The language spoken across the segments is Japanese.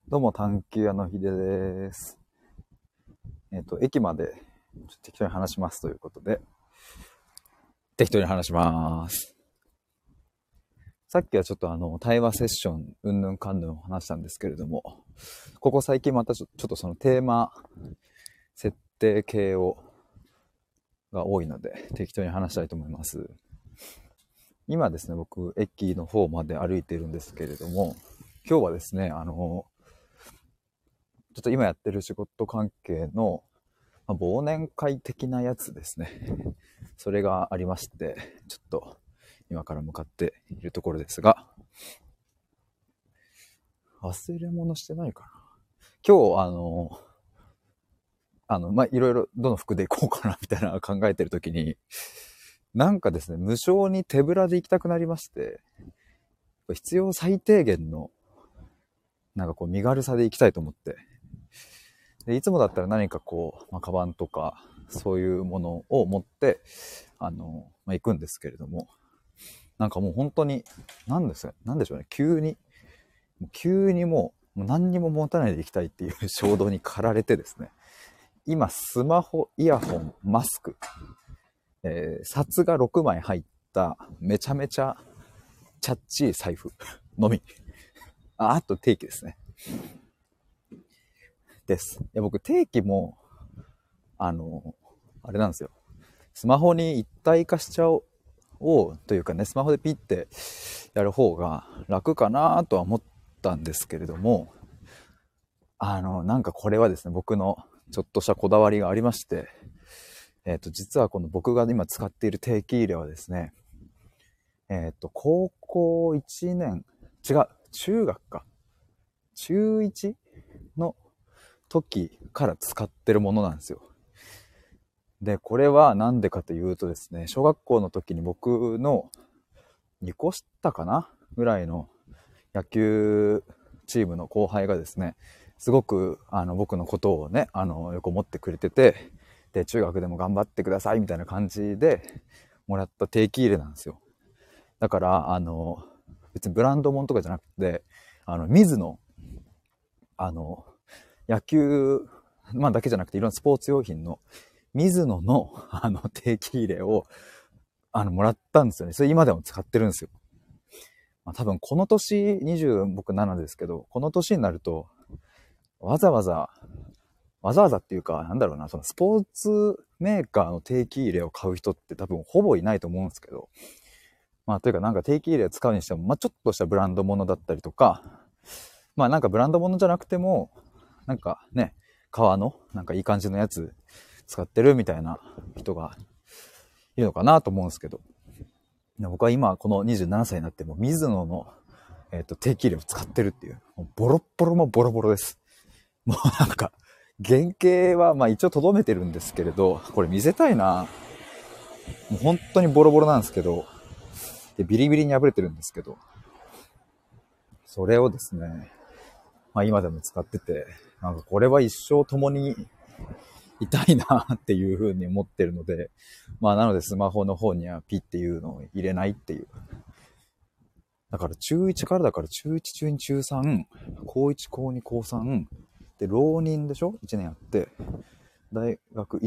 どうも、探求屋のひでです。駅まで適当に話しますということで、適当に話します。さっきはちょっと対話セッション、うんぬんかんぬんを話したんですけれども、ここ最近またちょっとそのテーマ、設定系が多いので、適当に話したいと思います。今ですね、僕、駅の方まで歩いているんですけれども、今日はですね、ちょっと今やってる仕事関係の忘年会的なやつですね。それがありまして、ちょっと今から向かっているところですが、忘れ物してないかな。今日、いろいろどの服で行こうかなみたいなのを考えてるときに、なんかですね、無償に手ぶらで行きたくなりまして、必要最低限の、なんかこう身軽さで行きたいと思って。で、いつもだったら何かこう、カバンとか、そういうものを持って、行くんですけれども、なんかもう本当に、なんでしょうね、急にもう何にも持たないでいきたいっていう衝動に駆られてですね、今スマホ、イヤホン、マスク、札が6枚入っためちゃめちゃチャッチい財布のみ。あと定期ですね。です。僕定期も、あれなんですよ。スマホに一体化しちゃおうというかね、スマホでピッてやる方が楽かなとは思ったんですけれども、なんかこれはですね、僕のちょっとしたこだわりがありまして、実はこの僕が今使っている定期入れはですね、高校1年、違う、中学か。中1の時から使ってるものなんですよ。で、これはなんでかというとですね、小学校の時に僕の2個下かなぐらいの野球チームの後輩がですね、すごく僕のことをね、よく思ってくれてて、で、中学でも頑張ってくださいみたいな感じでもらった定期入れなんですよ。だから、別にブランド物とかじゃなくて、ミズノ、あの、野球、だけじゃなくていろんなスポーツ用品のミズノの定期入れをもらったんですよね。それ今でも使ってるんですよ。多分この年、20僕7ですけど、この年になると、わざわざ、わざわざっていうか、なんだろうな、そのスポーツメーカーの定期入れを買う人って多分ほぼいないと思うんですけど、というかなんか定期入れを使うにしても、ちょっとしたブランド物だったりとか、なんかブランド物じゃなくても、なんかね、革のなんかいい感じのやつ使ってるみたいな人がいるのかなと思うんですけど、僕は今この27歳になってもミズノの、定期入れを使ってるっていう、もうボロッボロもボロボロです。もうなんか、原型は一応留めてるんですけれど、これ見せたいな。もう本当にボロボロなんですけど、でビリビリに破れてるんですけど、それをですね、今でも使ってて、なんかこれは一生共にいたいなっていう風に思ってるので、なのでスマホの方にはピっていうのを入れないっていう。だから中1からだから中1、中2、中3、高1、高2、高3、で、浪人でしょ ?1 年やって、大学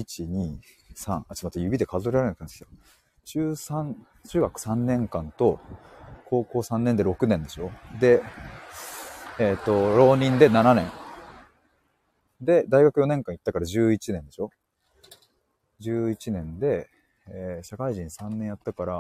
1、2、3、ちょっと待って、指で数えられないんですよ。中3、中学3年間と、高校3年で6年でしょで、浪人で7年。で、大学4年間行ったから11年でしょ ?11 年で、社会人3年やったから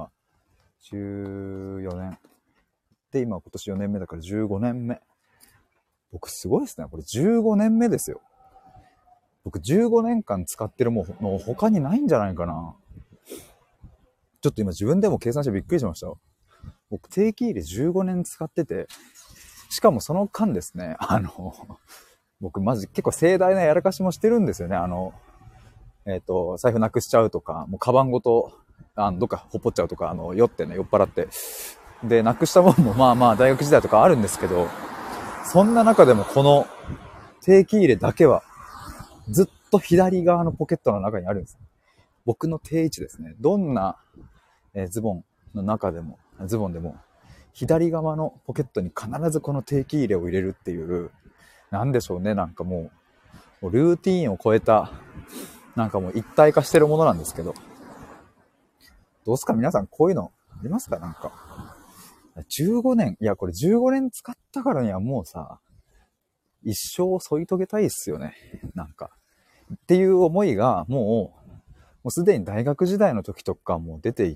、14年。で、今年4年目だから15年目。僕すごいですね。これ15年目ですよ。僕15年間使ってるもの他にないんじゃないかな。ちょっと今自分でも計算してびっくりしました。僕定期入れ15年使ってて、しかもその間ですね、僕マジ結構盛大なやらかしもしてるんですよね。財布なくしちゃうとか、もうカバンごと、どっかほっぽっちゃうとか、酔ってね、酔っ払って。で、なくしたもんも大学時代とかあるんですけど、そんな中でもこの定期入れだけはずっと左側のポケットの中にあるんです。僕の定位置ですね。どんな、ズボンの中でも、ズボンでも、左側のポケットに必ずこの定期入れを入れるっていう、 なんでしょうね、なんかもうルーティーンを超えた、なんかもう一体化してるものなんですけど、どうすか皆さん、こういうのありますか？なんか15年、いやこれ15年使ったからにはもうさ、一生添い遂げたいっすよね。なんかっていう思いがもうすでに大学時代の時とかもう出ていって、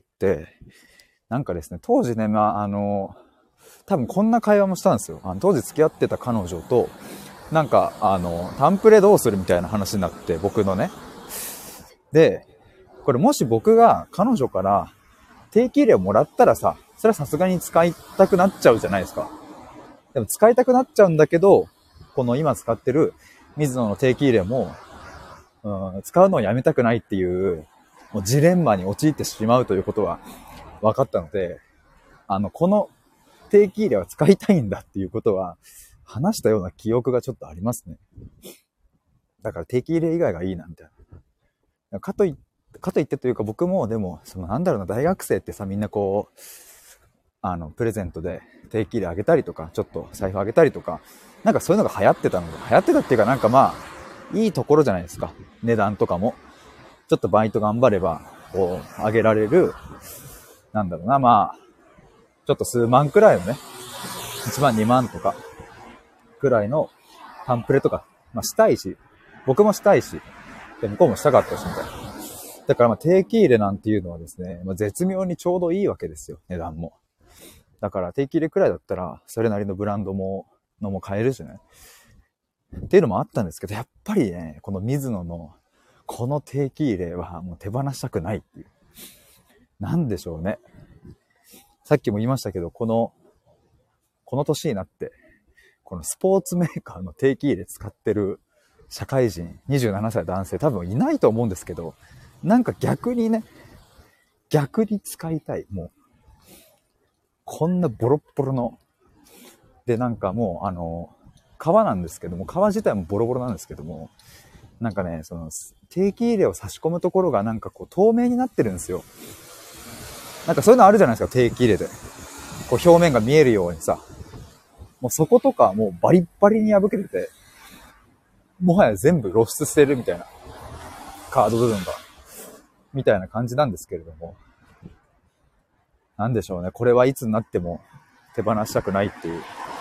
なんかですね、当時ね、多分こんな会話もしたんですよ。当時付き合ってた彼女と、なんか、タンプレどうするみたいな話になって、僕のね。で、これもし僕が彼女から定期入れをもらったらさ、それはさすがに使いたくなっちゃうじゃないですか。でも使いたくなっちゃうんだけど、この今使ってる水野の定期入れも、使うのをやめたくないっていう、もうジレンマに陥ってしまうということは分かったので、この定期入れは使いたいんだっていうことは話したような記憶がちょっとありますね。だから定期入れ以外がいいなみたいな。かといってというか僕もでも、なんだろうな、大学生ってさ、みんなこう、プレゼントで定期入れあげたりとか、ちょっと財布あげたりとか、なんかそういうのが流行ってたので、流行ってたっていうかなんかまあ、いいところじゃないですか。値段とかも。ちょっとバイト頑張れば、こう、あげられる、なんだろうな、まあ、ちょっと数万くらいのね、1万2万とか、くらいのタンプレとか、まあしたいし、僕もしたいし、で向こうもしたかったし、みたいな。だからまあ定期入れなんていうのはですね、まあ、絶妙にちょうどいいわけですよ、値段も。だから定期入れくらいだったら、それなりのブランドも買えるしね。っていうのもあったんですけど、やっぱりね、この水野の、この定期入れはもう手放したくないっていう。なんでしょうね。さっきも言いましたけど、この年になって、このスポーツメーカーの定期入れ使ってる社会人、27歳男性多分いないと思うんですけど、なんか逆にね、逆に使いたい。もう、こんなボロッボロの、で、なんかもう、革なんですけども、革自体もボロボロなんですけども、なんかね、定期入れを差し込むところがなんかこう透明になってるんですよ。なんかそういうのあるじゃないですか、定期入れで。こう表面が見えるようにさ。もうそことかもうバリッバリに破けてて、もはや全部露出してるみたいな。カード部分が。みたいな感じなんですけれども。なんでしょうね。これはいつになっても手放したくないっていう。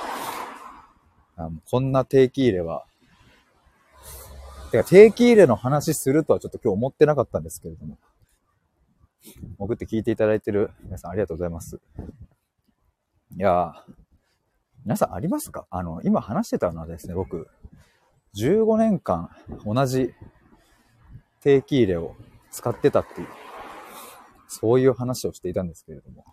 こんな定期入れは。てか定期入れの話するとはちょっと今日思ってなかったんですけれども。潜って聞いていただいてる皆さんありがとうございます。いやー、皆さんありますか？今話してたのはですね、僕、15年間同じ定期入れを使ってたっていう、そういう話をしていたんですけれども。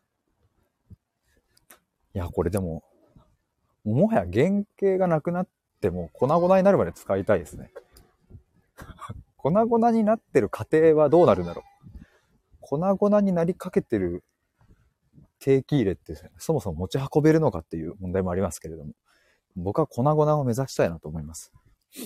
いや、これでも、もはや原型がなくなっても粉々になるまで使いたいですね。粉々になってる過程はどうなるんだろう。粉々になりかけてる定期入れってそもそも持ち運べるのかっていう問題もありますけれども、僕は粉々を目指したいなと思います。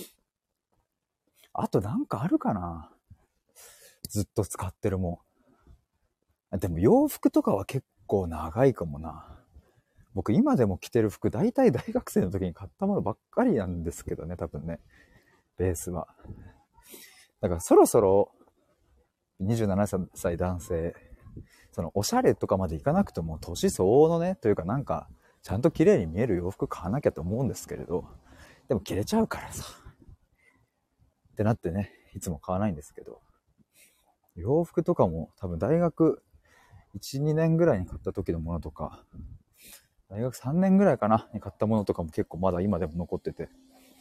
あとなんかあるかな？ずっと使ってるもん。でも洋服とかは結構長いかもな。僕今でも着てる服大体大学生の時に買ったものばっかりなんですけどね、多分ね。ベースは。だからそろそろ27歳男性、おしゃれとかまでいかなくても年相応のね、というかなんかちゃんと綺麗に見える洋服買わなきゃと思うんですけれど、でも着れちゃうからさ。ってなってね、いつも買わないんですけど。洋服とかも多分大学1、2年ぐらいに買った時のものとか、大学3年ぐらいかなに買ったものとかも結構まだ今でも残ってて。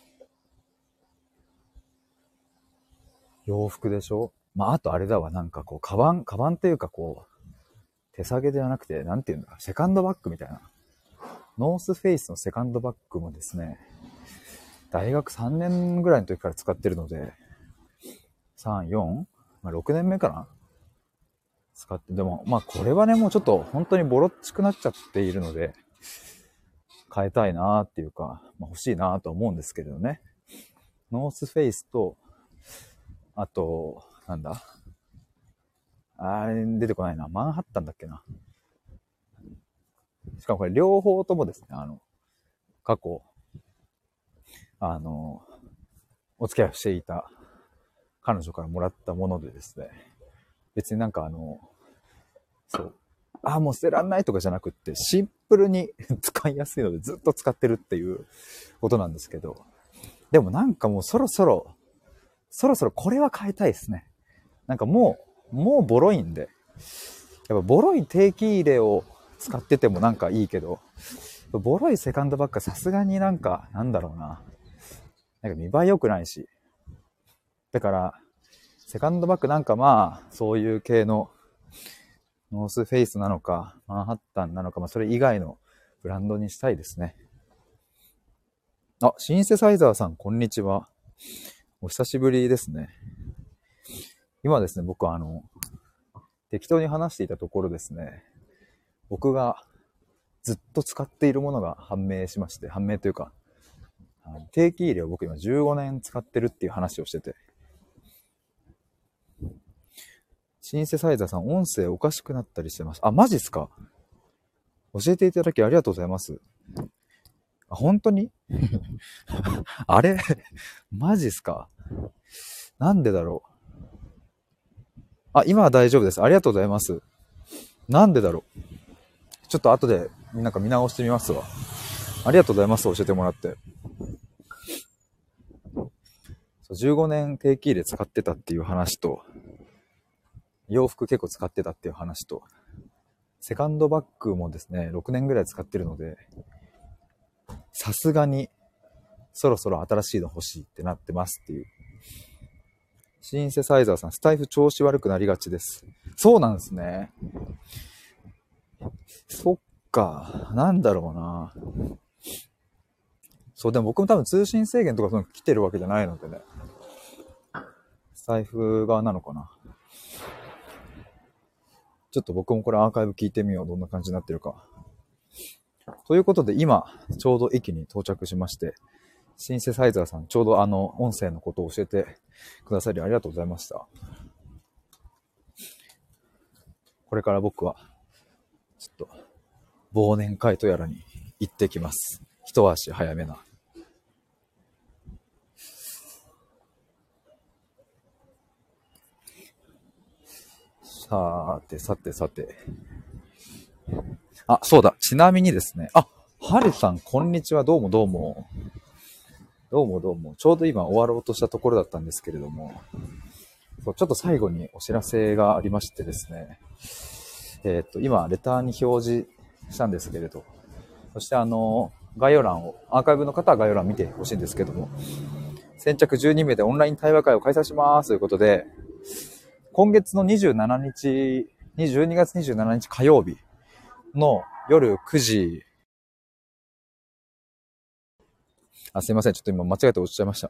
洋服でしょ？まあ、あとあれだわ、なんかこう、カバンっていうかこう、手提げではなくて、なんていうんだ、セカンドバッグみたいな。ノースフェイスのセカンドバッグもですね、大学3年ぐらいの時から使ってるので、3、4、まあ、6年目かな使って、でも、まあこれはね、もうちょっと本当にボロっちくなっちゃっているので、変えたいなーっていうか、まあ、欲しいなーと思うんですけれどね。ノースフェイスと、あと、なんだあれ出てこないな。マンハッタンだっけな。しかもこれ両方ともですね、過去、 お付き合いをしていた彼女からもらったものでですね、別になんかそう、もう捨てらんないとかじゃなくって、シンプルに使いやすいのでずっと使ってるっていうことなんですけど、でもなんかもうそろそろこれは変えたいですね。なんかもうボロいんで、やっぱボロい定期入れを使っててもなんかいいけど、ボロいセカンドバッグはさすがになんか、なんだろうな。なんか見栄え良くないし。だから、セカンドバッグなんかまあ、そういう系のノースフェイスなのか、マンハッタンなのか、まあそれ以外のブランドにしたいですね。あ、シンセサイザーさん、こんにちは。お久しぶりですね。今ですね、僕適当に話していたところですね、僕がずっと使っているものが判明しまして、判明というか、定期入れを僕今15年使ってるっていう話をしてて、シンセサイザーさん、音声おかしくなったりしてます。あ、マジっすか？教えていただきありがとうございます。あ、本当にあれマジっすか？なんでだろう。あ、今は大丈夫です。ありがとうございます。なんでだろう。ちょっと後でなんか見直してみますわ。ありがとうございます。教えてもらって。そう、15年定期入れ使ってたっていう話と、洋服結構使ってたっていう話と、セカンドバッグもですね、6年ぐらい使ってるので、さすがにそろそろ新しいの欲しいってなってますっていう。シンセサイザーさん、スタイフ調子悪くなりがちです。そうなんですね。そっか、なんだろうな。そう、でも僕も多分通信制限とかその来てるわけじゃないのでね。スタイフ側なのかな。ちょっと僕もこれアーカイブ聞いてみよう。どんな感じになってるか。ということで今、ちょうど駅に到着しまして、シンセサイザーさん、ちょうど音声のことを教えてくださりありがとうございました。これから僕は、ちょっと、忘年会とやらに行ってきます。一足早めな。さて。あ、そうだ。ちなみにですね。あ、はるさん、こんにちは。どうも。どうも。ちょうど今終わろうとしたところだったんですけれども、そう、ちょっと最後にお知らせがありましてですね。今、レターに表示したんですけれど、そして概要欄を、アーカイブの方は概要欄見てほしいんですけども、先着12名でオンライン対話会を開催しますということで、今月の27日、12月27日火曜日の夜9時、すいません。ちょっと今間違えて落ちちゃいました。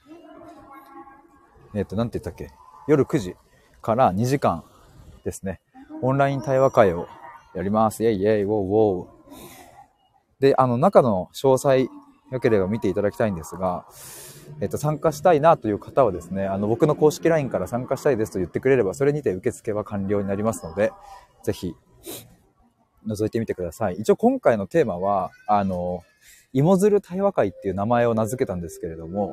なんて言ったっけ？夜9時から2時間ですね。オンライン対話会をやります。イェイイェイ、ウォーウォー。で、中の詳細、良ければ見ていただきたいんですが、参加したいなという方はですね、僕の公式 LINE から参加したいですと言ってくれれば、それにて受付は完了になりますので、ぜひ、覗いてみてください。一応今回のテーマは、芋づる対話会っていう名前を名付けたんですけれども、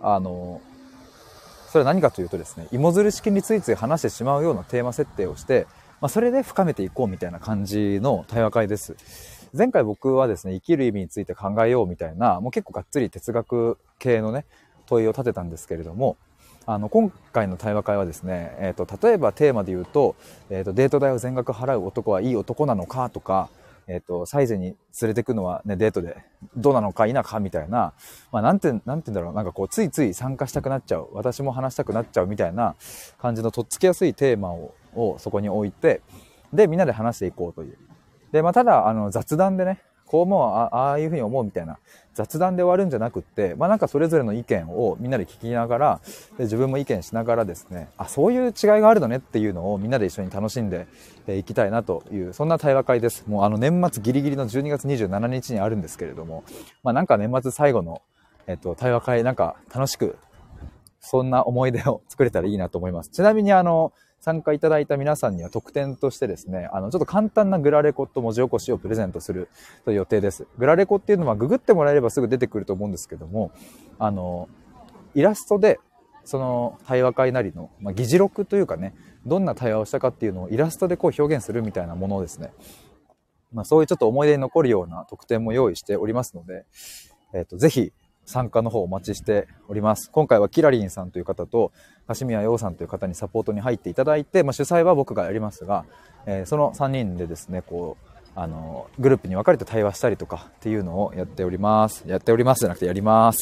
それは何かというとですね、芋づる式についつい話してしまうようなテーマ設定をして、それで深めていこうみたいな感じの対話会です。前回僕はですね、生きる意味について考えようみたいな、もう結構がっつり哲学系のね、問いを立てたんですけれども、今回の対話会はですね、例えばテーマで言うと、デート代を全額払う男はいい男なのかとか、サイゼに連れてくのはね、デートでどうなのか否かみたいな、なんて言うんだろう、なんかこう、ついつい参加したくなっちゃう、私も話したくなっちゃうみたいな感じのとっつきやすいテーマをそこに置いて、で、みんなで話していこうという。で、ただ、雑談でね、こう思う、ああいうふうに思うみたいな雑談で終わるんじゃなくって、なんかそれぞれの意見をみんなで聞きながら、で自分も意見しながらですね、そういう違いがあるのねっていうのをみんなで一緒に楽しんでいきたいなという、そんな対話会です。もう年末ギリギリの12月27日にあるんですけれども、なんか年末最後の、対話会なんか楽しく、そんな思い出を作れたらいいなと思います。ちなみに参加いただいた皆さんには特典としてですね、ちょっと簡単なグラレコと文字起こしをプレゼントするという予定です。グラレコっていうのはググってもらえればすぐ出てくると思うんですけども、イラストでその対話会なりの、議事録というかね、どんな対話をしたかっていうのをイラストでこう表現するみたいなものをですね、そういうちょっと思い出に残るような特典も用意しておりますので、ぜひ参加の方お待ちしております。今回はキラリンさんという方と橋宮陽さんという方にサポートに入っていただいて、主催は僕がやりますが、その3人でですね、こうグループに分かれて対話したりとかっていうのをやっております。やっておりますじゃなくてやります。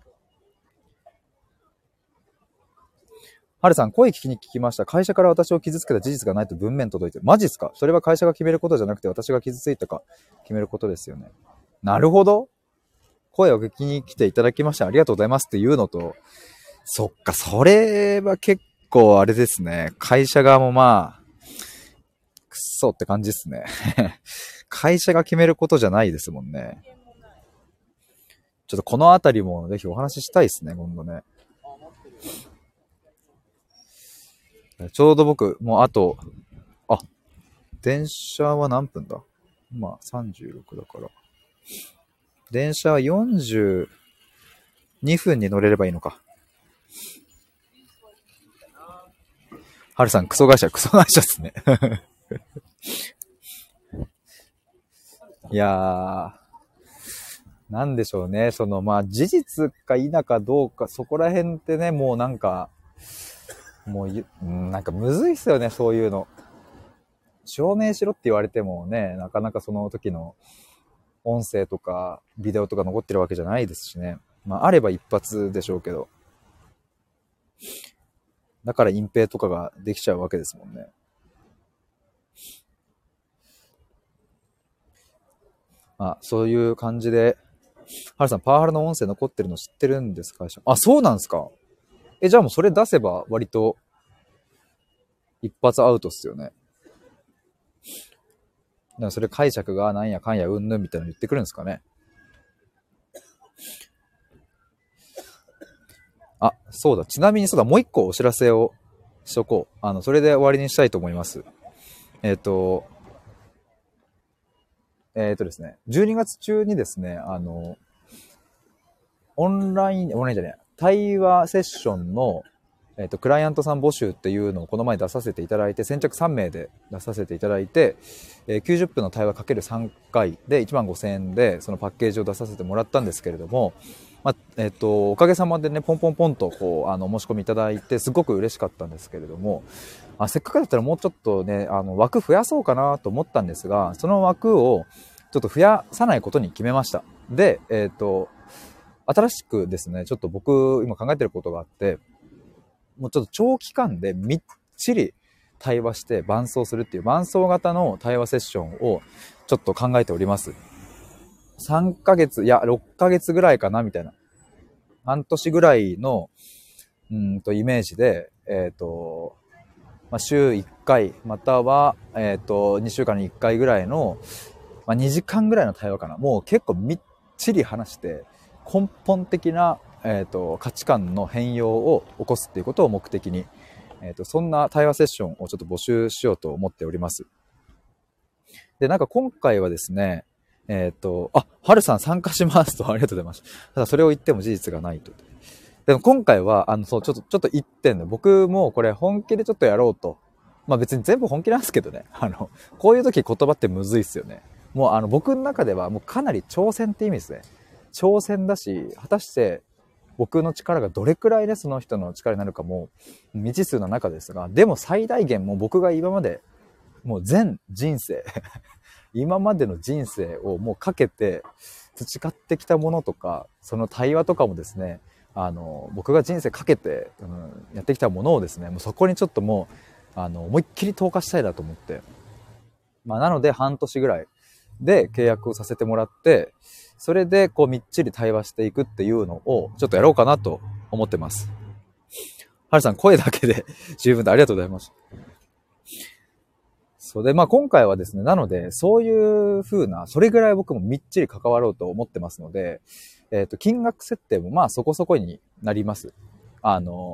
はるさん、声聞きに聞きました。会社から私を傷つけた事実がないと文面届いてる。マジっすか？それは会社が決めることじゃなくて私が傷ついたか決めることですよね。なるほど。声を聞きに来ていただきましてありがとうございますっていうのと、そっか、それは結構あれですね。会社側もくっそって感じですね。会社が決めることじゃないですもんね。ちょっとこのあたりもぜひお話ししたいですね、今度ね。ちょうど僕、もう電車は何分だ？今36だから。電車は42分に乗れればいいのか。はるさん、クソ会社ですね。いやー、なんでしょうね。事実か否かどうか、そこら辺ってね、もうなんかむずいっすよね、そういうの。証明しろって言われてもね、なかなかその時の音声とかビデオとか残ってるわけじゃないですしね。あれば一発でしょうけど。だから隠蔽とかができちゃうわけですもんね。そういう感じで、はるさん、パワハラの音声残ってるの知ってるんですか？そうなんですか？じゃあもうそれ出せば割と一発アウトっすよね。だからそれ解釈がなんやかんやうんぬんみたいなの言ってくるんですかね。そうだ。ちなみにもう一個お知らせをしとこう。それで終わりにしたいと思います。ですね、12月中にですね、オンラインじゃない、対話セッションの、クライアントさん募集っていうのをこの前出させていただいて、先着3名で出させていただいて、90分の対話かける3回で15,000円でそのパッケージを出させてもらったんですけれども、おかげさまでね、ポンポンポンとこうお申し込みいただいてすごく嬉しかったんですけれども、せっかくだったらもうちょっとね、枠増やそうかなと思ったんですが、その枠をちょっと増やさないことに決めました。で、新しくですね、ちょっと僕今考えてることがあって、もうちょっと長期間でみっちり対話して伴走するっていう伴走型の対話セッションをちょっと考えております。3ヶ月、いや、6ヶ月ぐらいかなみたいな。半年ぐらいの、イメージで、週1回、または、2週間に1回ぐらいの、2時間ぐらいの対話かな。もう結構みっちり話して、根本的な、価値観の変容を起こすっていうことを目的に、そんな対話セッションをちょっと募集しようと思っております。で、なんか今回はですね、はるさん参加しますと、ありがとうございます。ただそれを言っても事実がないと。でも今回は、ちょっと一点で、僕もこれ本気でちょっとやろうと。別に全部本気なんですけどね。こういう時言葉ってむずいっすよね。もう僕の中ではもうかなり挑戦って意味ですね。挑戦だし、果たして僕の力がどれくらいね、その人の力になるかも未知数な中ですが、でも最大限もう僕が今までもう全人生今までの人生をもうかけて培ってきたものとか、その対話とかもですね、僕が人生かけて、やってきたものをですね、もうそこにちょっともう思いっきり投下したいなと思って、なので半年ぐらいで契約をさせてもらって、それでこうみっちり対話していくっていうのをちょっとやろうかなと思ってます。はるさん、声だけで十分でありがとうございます。そうで、今回はですね、なので、そういう風な、それぐらい僕もみっちり関わろうと思ってますので、金額設定もそこそこになります。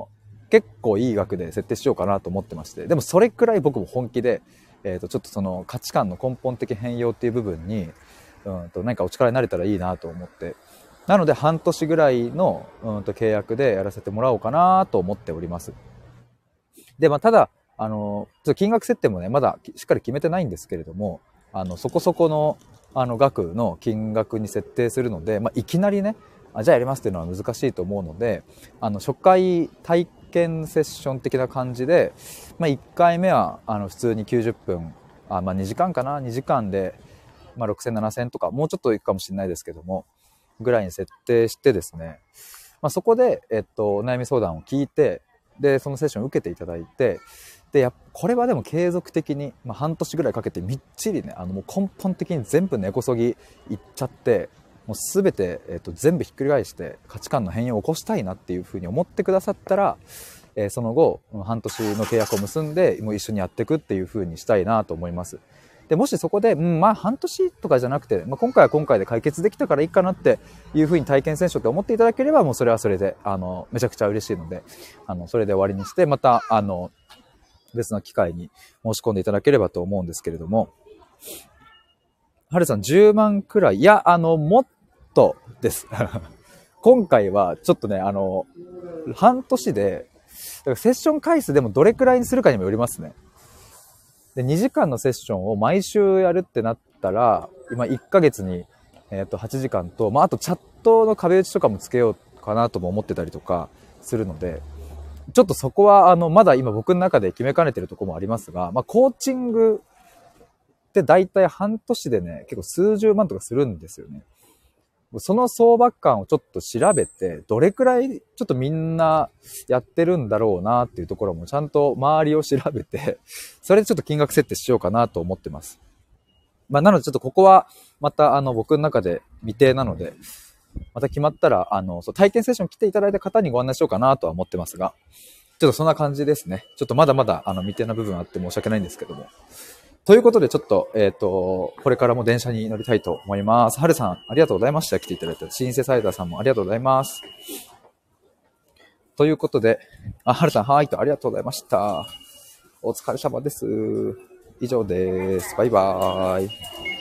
結構いい額で設定しようかなと思ってまして、でもそれくらい僕も本気で、ちょっとその価値観の根本的変容っていう部分に、何かお力になれたらいいなと思って、なので半年ぐらいの、契約でやらせてもらおうかなと思っております。で、ただ、ちょっと金額設定もね、まだしっかり決めてないんですけれども、そこそこの、額の金額に設定するので、いきなりね、じゃあやりますっていうのは難しいと思うので、初回体験セッション的な感じで、1回目は、普通に90分、2時間かな、2時間で、6000、7000とか、もうちょっといくかもしれないですけども、ぐらいに設定してですね、そこで、お悩み相談を聞いて、で、そのセッションを受けていただいて、で、これはでも継続的に、半年ぐらいかけてみっちりね、もう根本的に全部根こそぎいっちゃって、もうすべて、全部ひっくり返して価値観の変容を起こしたいなっていうふうに思ってくださったら、その後、半年の契約を結んで、もう一緒にやっていくっていうふうにしたいなと思います。で、もしそこで、半年とかじゃなくて、今回は今回で解決できたからいいかなっていうふうに体験セッションって思っていただければ、もうそれはそれで、めちゃくちゃ嬉しいので、それで終わりにして、また、別の機会に申し込んでいただければと思うんですけれども、はるさん10万くらい、いや、もっとです。今回はちょっとね、半年で、だからセッション回数でもどれくらいにするかにもよりますね。で、2時間のセッションを毎週やるってなったら、今1ヶ月に、8時間と、あとチャットの壁打ちとかもつけようかなとも思ってたりとかするので、ちょっとそこは、まだ今僕の中で決めかねてるところもありますが、コーチングって大体半年でね、結構数十万とかするんですよね。その相場感をちょっと調べて、どれくらいちょっとみんなやってるんだろうなっていうところもちゃんと周りを調べて、それでちょっと金額設定しようかなと思ってます。なのでちょっとここはまた僕の中で未定なので、また決まったら、そう体験セッション来ていただいた方にご案内しようかなとは思ってますが、ちょっとそんな感じですね。ちょっとまだまだ未定な部分あって申し訳ないんですけども。ということでちょっと、これからも電車に乗りたいと思います。はるさん、ありがとうございました。来ていただいて。シンセサイザーさんもありがとうございます。ということで、はるさん、はいとありがとうございました。お疲れ様です。以上です。バイバーイ。